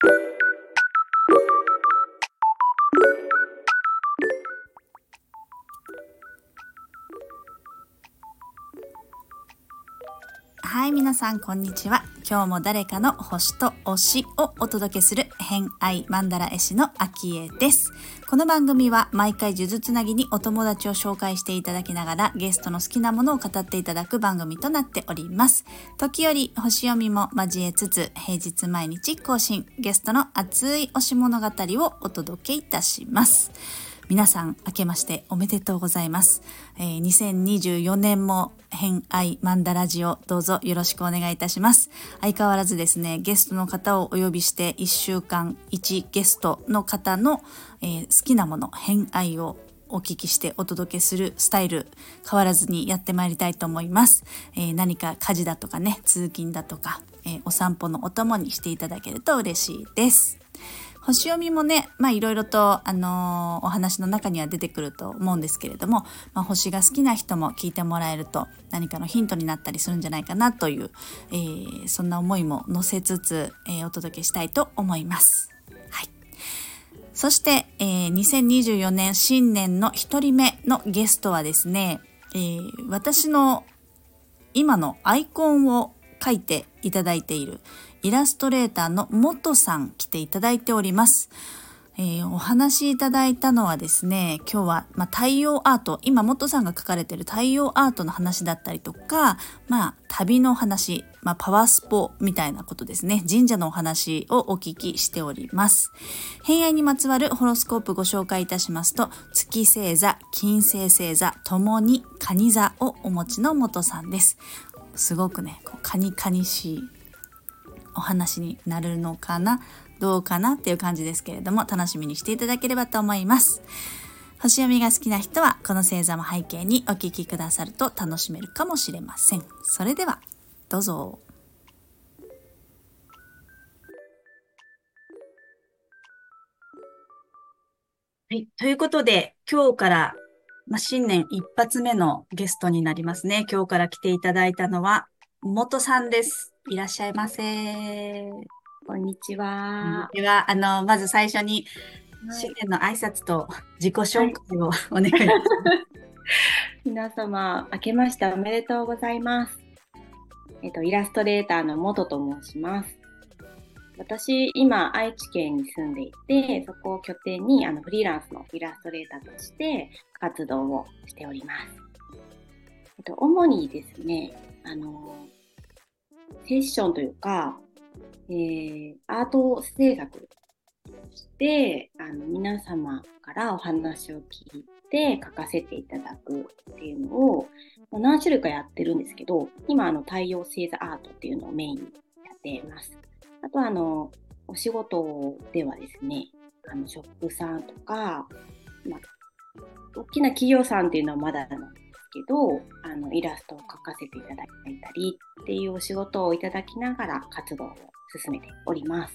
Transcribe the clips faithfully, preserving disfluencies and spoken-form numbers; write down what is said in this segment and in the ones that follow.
はい、皆さんこんにちは。今日も誰かの星と推しをお届けする偏愛マンダラ絵師のあきえです。この番組は毎回数珠つなぎにお友達を紹介していただきながらゲストの好きなものを語っていただく番組となっております。時折星読みも交えつつ平日毎日更新、ゲストの熱い推し物語をお届けいたします。皆さん明けましておめでとうございます、えー、にせんにじゅうよねんも偏愛マンダラジオどうぞよろしくお願いいたします。相変わらずですね、ゲストの方をお呼びしていっしゅうかんいちゲストの方の、えー、好きなもの偏愛をお聞きしてお届けするスタイル変わらずにやってまいりたいと思います。えー、何か家事だとかね、通勤だとか、えー、お散歩のお供にしていただけると嬉しいです。星読みもね、まあいろいろと、あのー、お話の中には出てくると思うんですけれども、まあ、星が好きな人も聞いてもらえると何かのヒントになったりするんじゃないかなという、えー、そんな思いも乗せつつ、えー、お届けしたいと思います。はい。そして、えー、にせんにじゅうよねん新年の一人目のゲストはですね、えー、私の今のアイコンを描いていただいているイラストレーターの元さん来ていただいております。えー、お話しいただいたのはですね、今日は、まあ、太陽アート、今元さんが描かれている太陽アートの話だったりとか、まあ旅の話、まあ、パワースポみたいなことですね、神社のお話をお聞きしております。偏愛にまつわるホロスコープご紹介いたしますと、月星座、金星星座ともに蟹座をお持ちの元さんです。すごくね、こうカニカニしいお話になるのかなどうかなっていう感じですけれども、楽しみにしていただければと思います。星読みが好きな人はこの星座も背景にお聞きくださると楽しめるかもしれません。それではどうぞ。はい、ということで今日から、まあ、新年一発目のゲストになりますね。今日から来ていただいたのは元さんです。いらっしゃいませ。 こんにちは。 では、あの、まず最初に、 はい。 新年の挨拶と自己はい。 紹介をお願いします。 皆様、明けましておめでとうございます。えっと、イラストレーターの元と申します。私、今、愛知県に住んでいて、そこを拠点にあのフリーランスのイラストレーターとして活動をしております。えっと、主にですね、あの、セッションというか、えー、アート制作で、あの皆様からお話を聞いて書かせていただくっていうのを何種類かやってるんですけど、今あの太陽星座アートっていうのをメインにやっています。あとはあのお仕事ではですね、あのショップさんとか、まあ、大きな企業さんっていうのはまだなんですけど、あのイラストを描かせていただいたりっていうお仕事をいただきながら活動を進めております。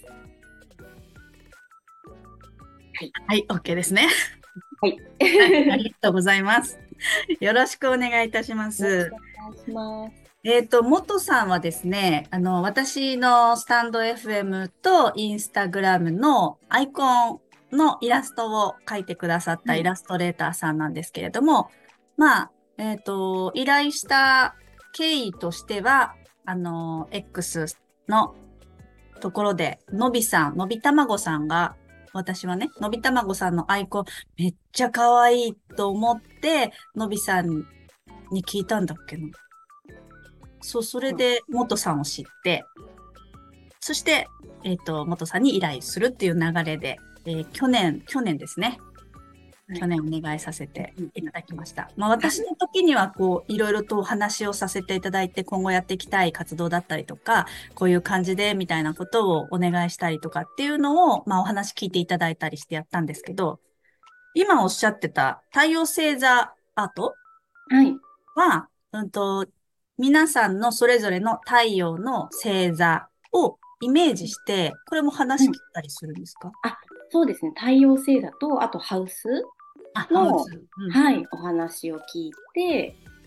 はい。 はい、OK ですね。 はい。 はい、ありがとうございます。よろしくお願いいたしまよろしす。 くお願いします。 えっと、元さんはですね、あの、私のスタンド エフエム とインスタグラムのアイコンのイラストを描いてくださったはい。 イラストレーターさんなんですけれども、まあ、えっと、依頼した経緯としては、あの、X のところで、のびさん、のびたまごさんが、私はね、のびたまごさんのアイコン、めっちゃ可愛いと思って、のびさんに聞いたんだっけな。そう、それうん。 で、元さんを知って、そして、えっと、元さんに依頼するっていう流れで、えー去年、去年ですね。 はい。 去年お願いさせてうんうん。 いただきました。まあ私の時にはこういろいろとお話をさせていただいて今後やっていきたい活動だったりとか、こういう感じでみたいなことをお願いしたりとかっていうのをまあお話聞いていただいたりしてやったんですけど、今おっしゃってた太陽星座アートはい。 は、うんと、皆さんのそれぞれの太陽の星座をイメージして、これも話聞いうん。 たりするんですか？ あ、そうですね。太陽星座と、あとハウスあ、ハウの、 ス。うん。 はい、お話を聞いて、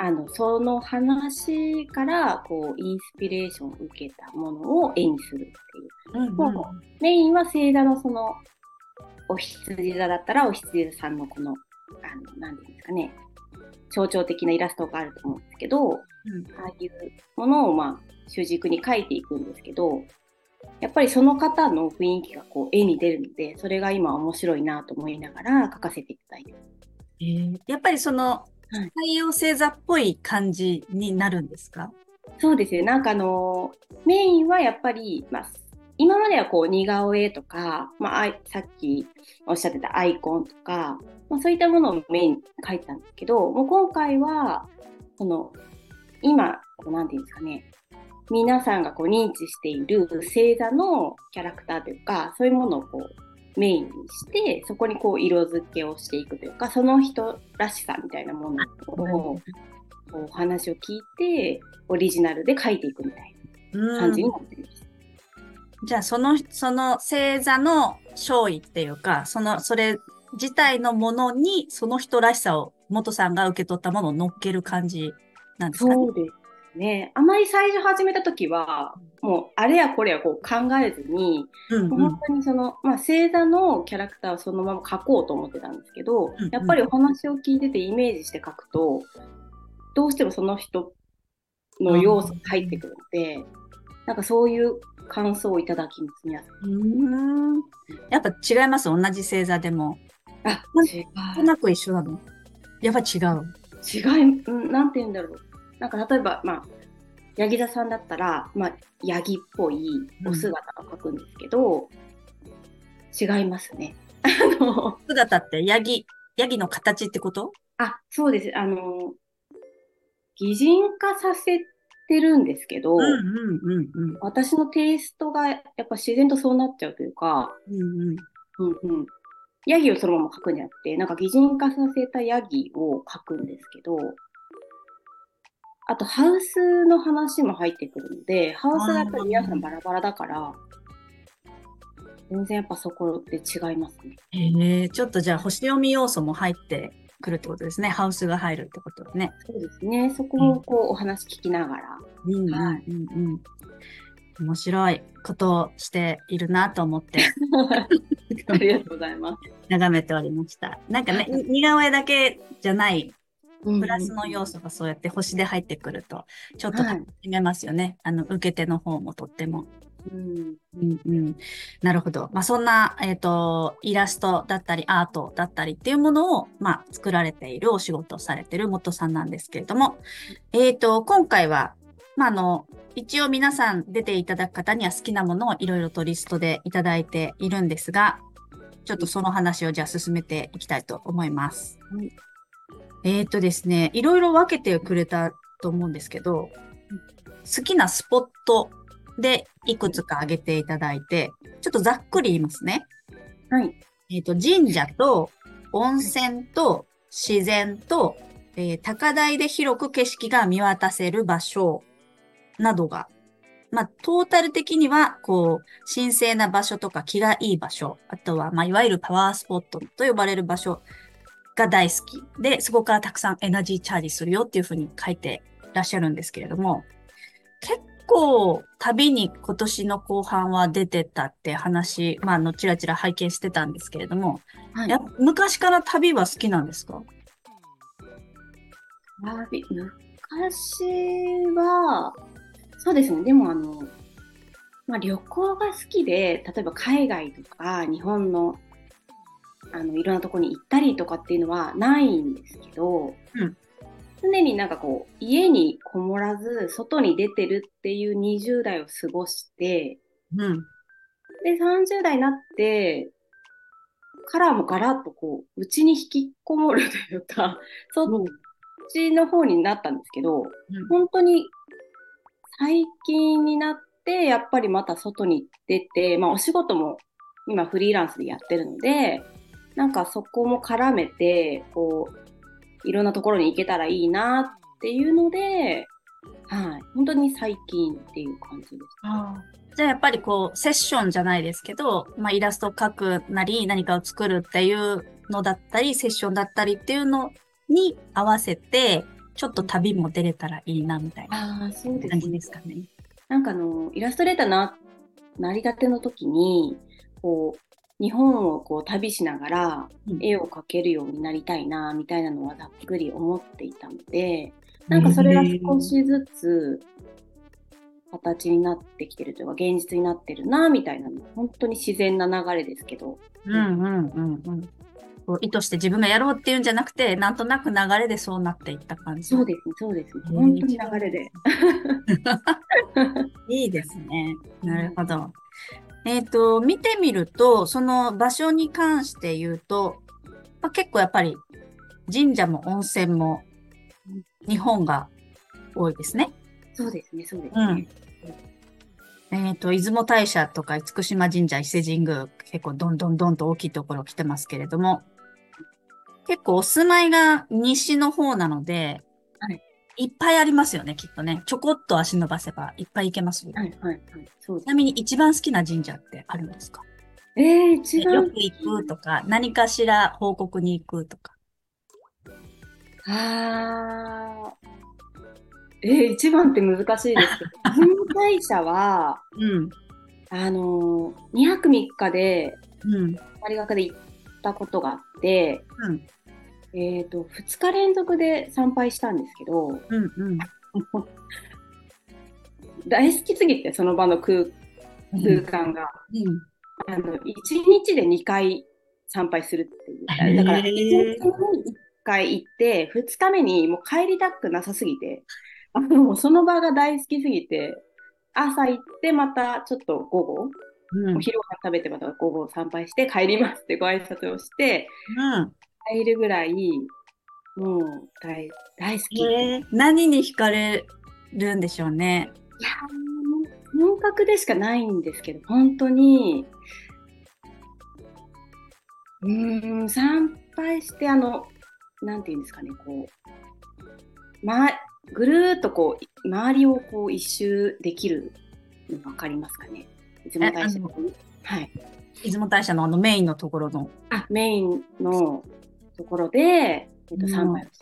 あの、その話から、こう、インスピレーションを受けたものを絵にするっていう。 うんうんもうメインは星座のその、お羊座だったら、お羊座さんのこの、あの、なんていうんですかね、象徴的なイラストがあると思うんですけど、 うん、 ああいうものを、まあ、主軸に描いていくんですけど、やっぱりその方の雰囲気がこう絵に出るので、それが今面白いなと思いながら描かせていただいてます。 えーやっぱりその、 はい、 太陽星座っぽい感じになるんですか？ そうですね。なんかあのメインはやっぱり、まあ、今まではこう似顔絵とか、まあ、あいさっきおっしゃってたアイコンとか、まあ、そういったものをメインに描いたんですけど、もう今回はその今こうなんていうんですかね、皆さんがこう認知している星座のキャラクターというか、そういうものをこうメインにして、そこにこう色付けをしていくというか、その人らしさみたいなものを、お話を聞いて、オリジナルで書いていくみたいな感じになっています。 じゃあ、その、その星座の勝意っていうか、その、それ自体のものに、その人らしさを、元さんが受け取ったものを乗っける感じなんですかね。 そうですね。あまり最初始めた時は、もうあれやこれやこう考えずに、 うんうん、 もう本当にその、まあ、星座のキャラクターをそのまま描こうと思ってたんですけど、 うんうん、 やっぱりお話を聞いててイメージして描くと、どうしてもその人の要素が入ってくるので、なんかそういう感想をいただきます、皆さん。 うーん。やっぱ違います、同じ星座でも。 あ、違う。 なんとなく一緒なの？やっぱ違う。 違い、うん、なんて言うんだろう。なんか例えば、まあ、ヤギ座さんだったら、まあ、ヤギっぽいお姿を描くんですけど、うん、違いますね。あの、 姿ってヤギ、ヤギの形ってこと？ あ、そうです。あの、擬人化させてるんですけど、 うんうんうんうん、 私のテイストがやっぱ自然とそうなっちゃうというか、 うんうん、 うんうん、ヤギをそのまま描くんじゃなくて、なんか擬人化させたヤギを描くんですけど、あとハウスの話も入ってくるので、ハウスがやっぱり皆さんバラバラだから、全然やっぱそこで違いますね。 へえ、ちょっとじゃあ星読み要素も入ってくるってことですね。ハウスが入るってことはね。 そうですね。そこをこうお話聞きながら。 うんうんうんうん。面白いことをしているなと思ってありがとうございます。 眺めておりました。なんかね、似顔絵だけじゃないプラスの要素がそうやって星で入ってくると、ちょっと楽しめますよね。はい、あの、受け手の方もとっても。 うんうんうん、なるほど。まあ、そんな、えっと、イラストだったり、アートだったりっていうものを、まあ、作られているお仕事をされている元さんなんですけれども、えっと、今回は、まあ、あの、一応皆さん出ていただく方には好きなものをいろいろとリストでいただいているんですが、ちょっとその話をじゃあ進めていきたいと思います。はい、えっとですね、いろいろ分けてくれたと思うんですけど、好きなスポットでいくつか挙げていただいて、ちょっとざっくり言いますね。 はい。 えっと、神社と温泉と自然と、えー、高台で広く景色が見渡せる場所などが、まあ、トータル的には、こう、神聖な場所とか気がいい場所、あとは、まあ、いわゆるパワースポットと呼ばれる場所が大好きで、そこからたくさんエナジーチャージするよっていうふうに書いてらっしゃるんですけれども、結構旅に今年の後半は出てたって話、まあ、のちらちら拝見してたんですけれども、はい、や昔から旅は好きなんですか？ 旅、昔は、そうですね。でもあの、まあ、旅行が好きで、例えば海外とか日本のあのいろんなところに行ったりとかっていうのはないんですけど、うん、常になんかこう家にこもらず外に出てるっていうにじゅう代を過ごして、うん、でさんじゅう代になってからもガラッとこう家に引きこもるというか、そっちの方になったんですけど、うん、本当に最近になってやっぱりまた外に出て、まあ、お仕事も今フリーランスでやってるので、なんかそこも絡めてこういろんなところに行けたらいいなっていうので、はい、本当に最近っていう感じです。 ああ、じゃあやっぱりこうセッションじゃないですけど、まあ、イラストを描くなり何かを作るっていうのだったりセッションだったりっていうのに合わせてちょっと旅も出れたらいいなみたいなああ、そうです感じね。 ですかね。 なんかあの、イラストレーターな、なりたての時に、こう、日本をこう旅しながらうん、 絵を描けるようになりたいな、みたいなのはざっくり思っていたので、 へなんかそれが少え。 しずつ形になってきてるというか、現実になってるな、みたいなの、本当に自然な流れですけど。 うんうん、 うんうんうん。こう意図して自分がやろうっていうんじゃなくて、なんとなく流れでそうなっていった感じ。へそうですね、そうですね。 え、 本当に流れで。 いいですね。なるうん、 ほど。えっと、見てみると、その場所に関して言うと、まあ、結構やっぱり神社も温泉も日本が多いですね。 そうですね、そうでうん。 すね。 えっと、出雲大社とか厳島神社、伊勢神宮、結構どんどんどんと大きいところ来てますけれども、結構お住まいが西の方なので、 はい、 いっぱいありますよね、きっとね。ちょこっと足伸ばせばいっぱい行けますよ。 はい、はい、はい、そうです。 ちなみに一番好きな神社ってあるんですか？ えー、一えよ番好く行くきとか、何かしら報告に行くとか。 あー、えー、一番って難しいですけど、出雲大社は、 うん、 あのー、にはくみっかで、 うん、 泊まりがけで行ったことがあって、 うん、 えっと、ふつか連続で参拝したんですけど、 うん、うん。 大好きすぎて、その場の空、 うん、 空間が。 うん。 あの、いちにちでにかい参拝するっていう。だだから、1 へえ。 日にいっかい行って、ふつかめにもう帰りたくなさすぎて、あの、もうその場が大好きすぎて、朝行ってまたちょっと午後、 うん、 お昼ご飯食べてまた午後参拝して帰りますってご挨拶をしてうん。 帰るぐらい、もう大、大好きっていう。 へえ。何に惹かれるんでしょうね。 いやー、もう感覚でしかないんですけど、本当に、うーん、参拝して、あの、なんていうんですかね、こう、ま、ぐるーっとこう、周りをこう一周できるの分かりますかね。出え、 雲大社。 あの、 はい。 出雲大社のあのメインのところの。 あ、メインのところで、えっと、参うん、 拝をして、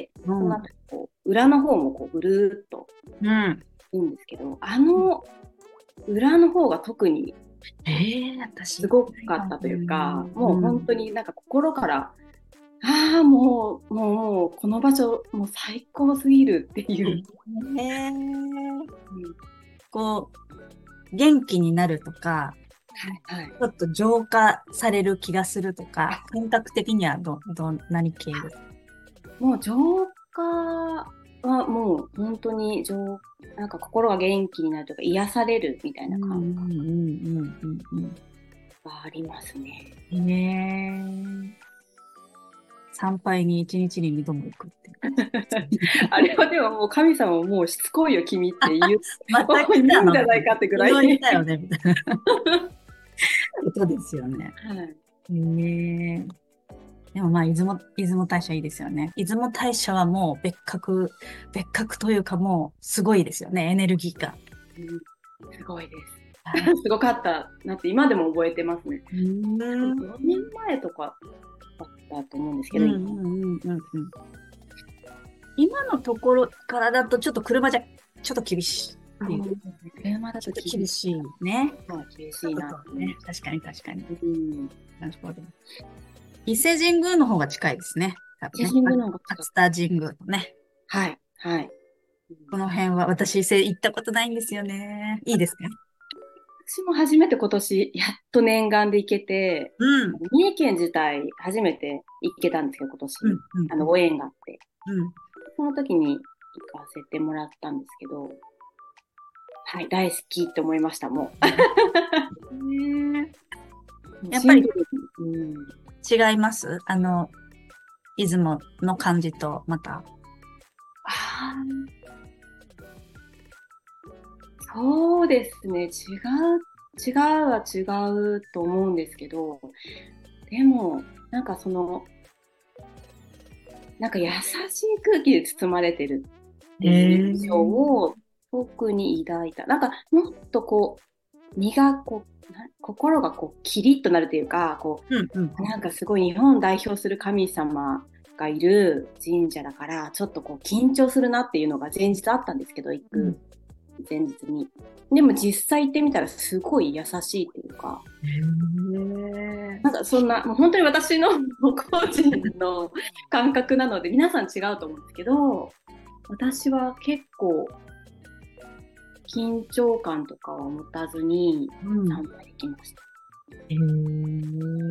うん、 その後、こう、裏の方もこう、ぐるーっとうん。 いいんですけど、あの、裏の方が特にええ、私すごかったというか、もううん。 本当になんか心から、ああ、もう、もう、もう、この場所、もう最高すぎるっていう。 ええ、 うん、 こう、元気になるとか、 はい、はい。 ちょっと浄化される気がするとか、 あ、 感覚的にはど、ど、何系ですか？ もう浄化はもう本当に浄、なんか心が元気になるというか、癒されるみたいうんな感覚うんうんうんがありますね。 うん。ねえ。参拝に一日に二度も行くって。 あれはでももう神様ももうしつこいよ君って言う、 またもう言来たの？ うんじゃないかってぐらい。 昨日言ったよねみたいなことですよね。 はい。 ねえ。でもまあ、出雲、出雲大社いいですよね。出雲大社はもう別格、別格というかもうすごいですよね、エネルギーが。 うん、すごいです。 はい。 すごかったなって今でも覚えてますね。 うーん。 よねんまえとかだったと思うんですけど、今。 うんうんうんうんうん。今のところからだとちょっと車じゃちょっと厳しいっていう。 車だちょっとと厳し厳しいね。 い、はい、厳しいちょっとなってね。 そうね。確かに確かに。 うん。 なるほど。伊勢神宮の方が近いですね。多分ね。 写真部の方が近く。 熱田神宮のね。 はい、はい。うん、 この辺は私伊勢行ったことないんですよね。いいですか？ 私も初めて今年、やっと念願で行けて、 うん。 三重県自体初めて行けたんですけど、今年、 うんうんあの、ご縁があって。 うん。 その時に行かせてもらったんですけど、はい、大好きって思いました、もねう。もうやっぱりシンプルに。うん。 違いますあの、出雲の感じとまた。 ああ、そうですね。違う、違うは違うと思うんですけど、でも、なんかその、なんか優しい空気で包まれてるってへいう印象え。 を特に抱いた。なんかもっとこう、身がこう、な心がこう、キリッとなるというか、こうんうんう、なんかすごい日本を代表する神様がいる神社だからちょっとこう緊張するなっていうのが前日あったんですけど、行く前日に、うん、でも実際行ってみたらすごい優しいっていうか、へなんかそんなもう本当に私の個人の感覚なので皆さん違うと思うんですけど、私は結構緊張感とかは持たずに参拝できました。 うん、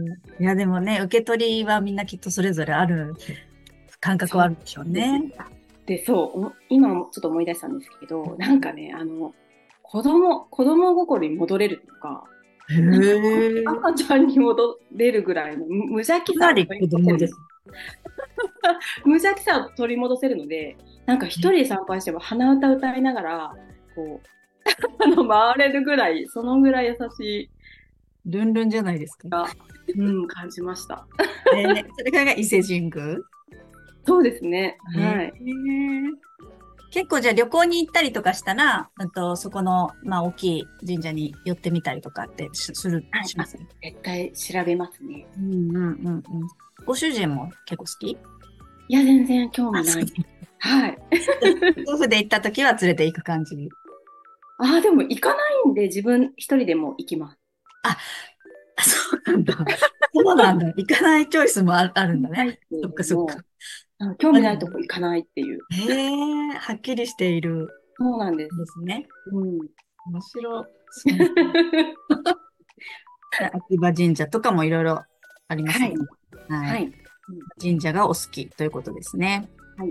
へいやでもね、受け取りはみんなきっとそれぞれある感覚はあるでしょうね。 で、そう今ちょっと思い出したんですけど、なんかね、あの子供子供心に戻れるとか、へー、赤ちゃんに戻れるぐらいの無邪気さを取り戻せる無邪気さを取り戻せるので、なんか一人で参拝しても鼻歌歌いながらこうあの回れるぐらい、そのぐらい優しいルンルンじゃないですか。 うん、感じました。 えー、それが伊勢神宮？ そうですね。はい。 結構じゃあ旅行に行ったりとかしたら、あとそこの、まあ、大きい神社に寄ってみたりとかってする、 はい、 します？ 絶対調べますね。 うんうんうんうん。ご主人も結構好き？ いや、全然興味ない。はい。 夫婦で行った時は連れて行く感じ？ ああ、でも行かないんで自分一人でも行きます。 あ、そうなんだ。そうなんだ。行かないチョイスもあるんだね。そっかそっか。 興味ないとこ行かないっていう。 へえ、はっきりしている。 そうなんです。 ですね。 うん。 面白い。秋葉神社とかもいろいろありますね。はい。はい。神社がお好きということですね。はい。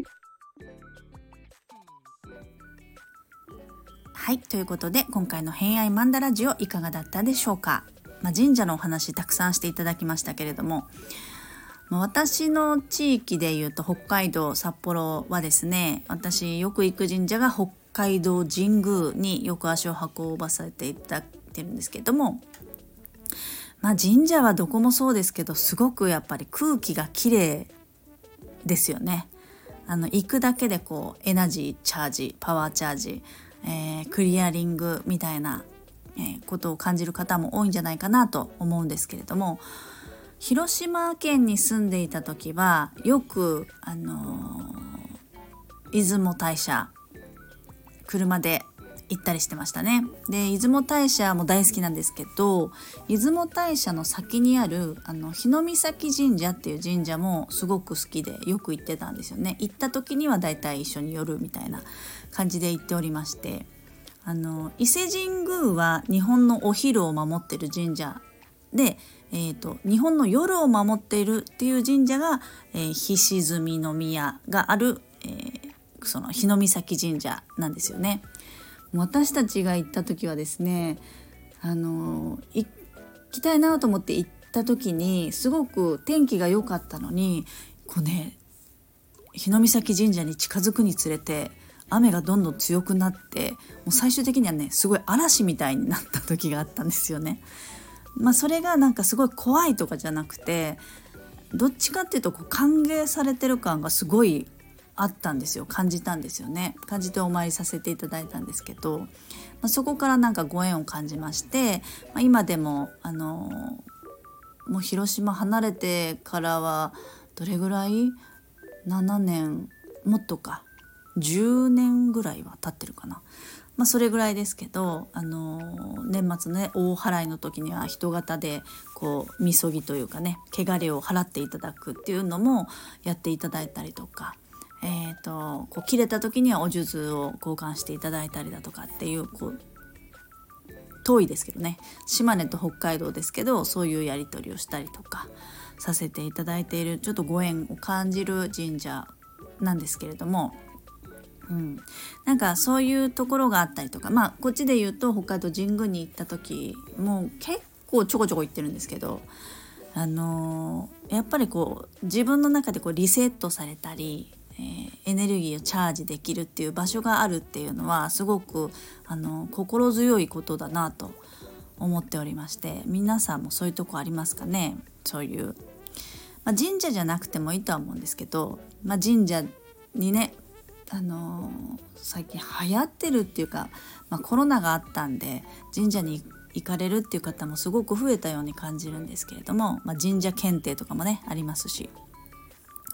はい。ということで、今回の偏愛マンダラジオいかがだったでしょうか。まあ、神社のお話たくさんしていただきましたけれども、まあ、私の地域でいうと北海道札幌はですね、私よく行く神社が北海道神宮によく足を運ばせていただいてるんですけれども、まあ、神社はどこもそうですけど、すごくやっぱり空気がきれいですよね。あの行くだけでこうエナジーチャージ、パワーチャージ、えー、クリアリングみたいな、えー、ことを感じる方も多いんじゃないかなと思うんですけれども、広島県に住んでいた時はよく、あのー、出雲大社車で行ったりしてましたね。で、出雲大社も大好きなんですけど、出雲大社の先にあるあの日御碕神社っていう神社もすごく好きでよく行ってたんですよね。行った時にはだいたい一緒に寄るみたいな感じで行っておりまして、あの伊勢神宮は日本のお昼を守ってる神社で、えーと、日本の夜を守っているっていう神社が、えー、日沈宮がある、えー、その日御碕神社なんですよね。私たちが行った時はですね、あのー、行きたいなと思って行った時にすごく天気が良かったのに、こうね、日御碕神社に近づくにつれて雨がどんどん強くなって、もう最終的にはね、すごい嵐みたいになった時があったんですよね。まあ、それがなんかすごい怖いとかじゃなくて、どっちかっていうとこう歓迎されてる感がすごいあったんですよ。感じたんですよね。感じてお参りさせていただいたんですけど、まあ、そこからなんかご縁を感じまして、まあ、今でもあのー、もう広島離れてからはどれぐらいななねんもっとかじゅうねんぐらいは経ってるかな。まあ、それぐらいですけど、あのー、年末ね、大払いの時には人型でこうみそぎというかね、汚れを払っていただくっていうのもやっていただいたりとか、えーと、こう切れた時にはお数珠を交換していただいたりだとかっていう、こう遠いですけどね、島根と北海道ですけど、そういうやり取りをしたりとかさせていただいている、ちょっとご縁を感じる神社なんですけれども、うん、なんかそういうところがあったりとか、まあこっちで言うと北海道神宮に行った時も結構ちょこちょこ行ってるんですけど、あのー、やっぱりこう自分の中でこうリセットされたり、えー、エネルギーをチャージできるっていう場所があるっていうのはすごく、あのー、心強いことだなと思っておりまして、皆さんもそういうとこありますかね。そういう、まあ、神社じゃなくてもいいとは思うんですけど、まあ、神社にね、あのー、最近流行ってるっていうか、まあ、コロナがあったんで神社に行かれるっていう方もすごく増えたように感じるんですけれども、まあ、神社検定とかもねありますし、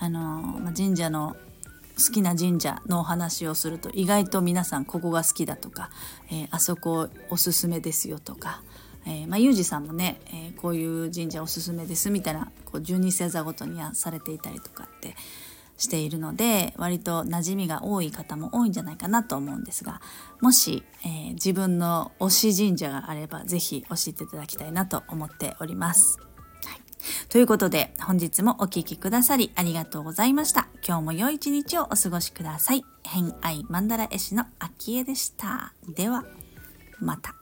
あのー、神社の好きな神社のお話をすると意外と皆さんここが好きだとか、えー、あそこおすすめですよとか、えーまあ、ゆうじさんもね、えー、こういう神社おすすめですみたいなこうじゅうに星座ごとにされていたりとかってしているので、割と馴染みが多い方も多いんじゃないかなと思うんですが、もし、えー、自分の推し神社があればぜひ教えていただきたいなと思っております。ということで本日もお聞きくださりありがとうございました。今日も良い一日をお過ごしください。偏愛マンダラ絵師のあきえでした。ではまた。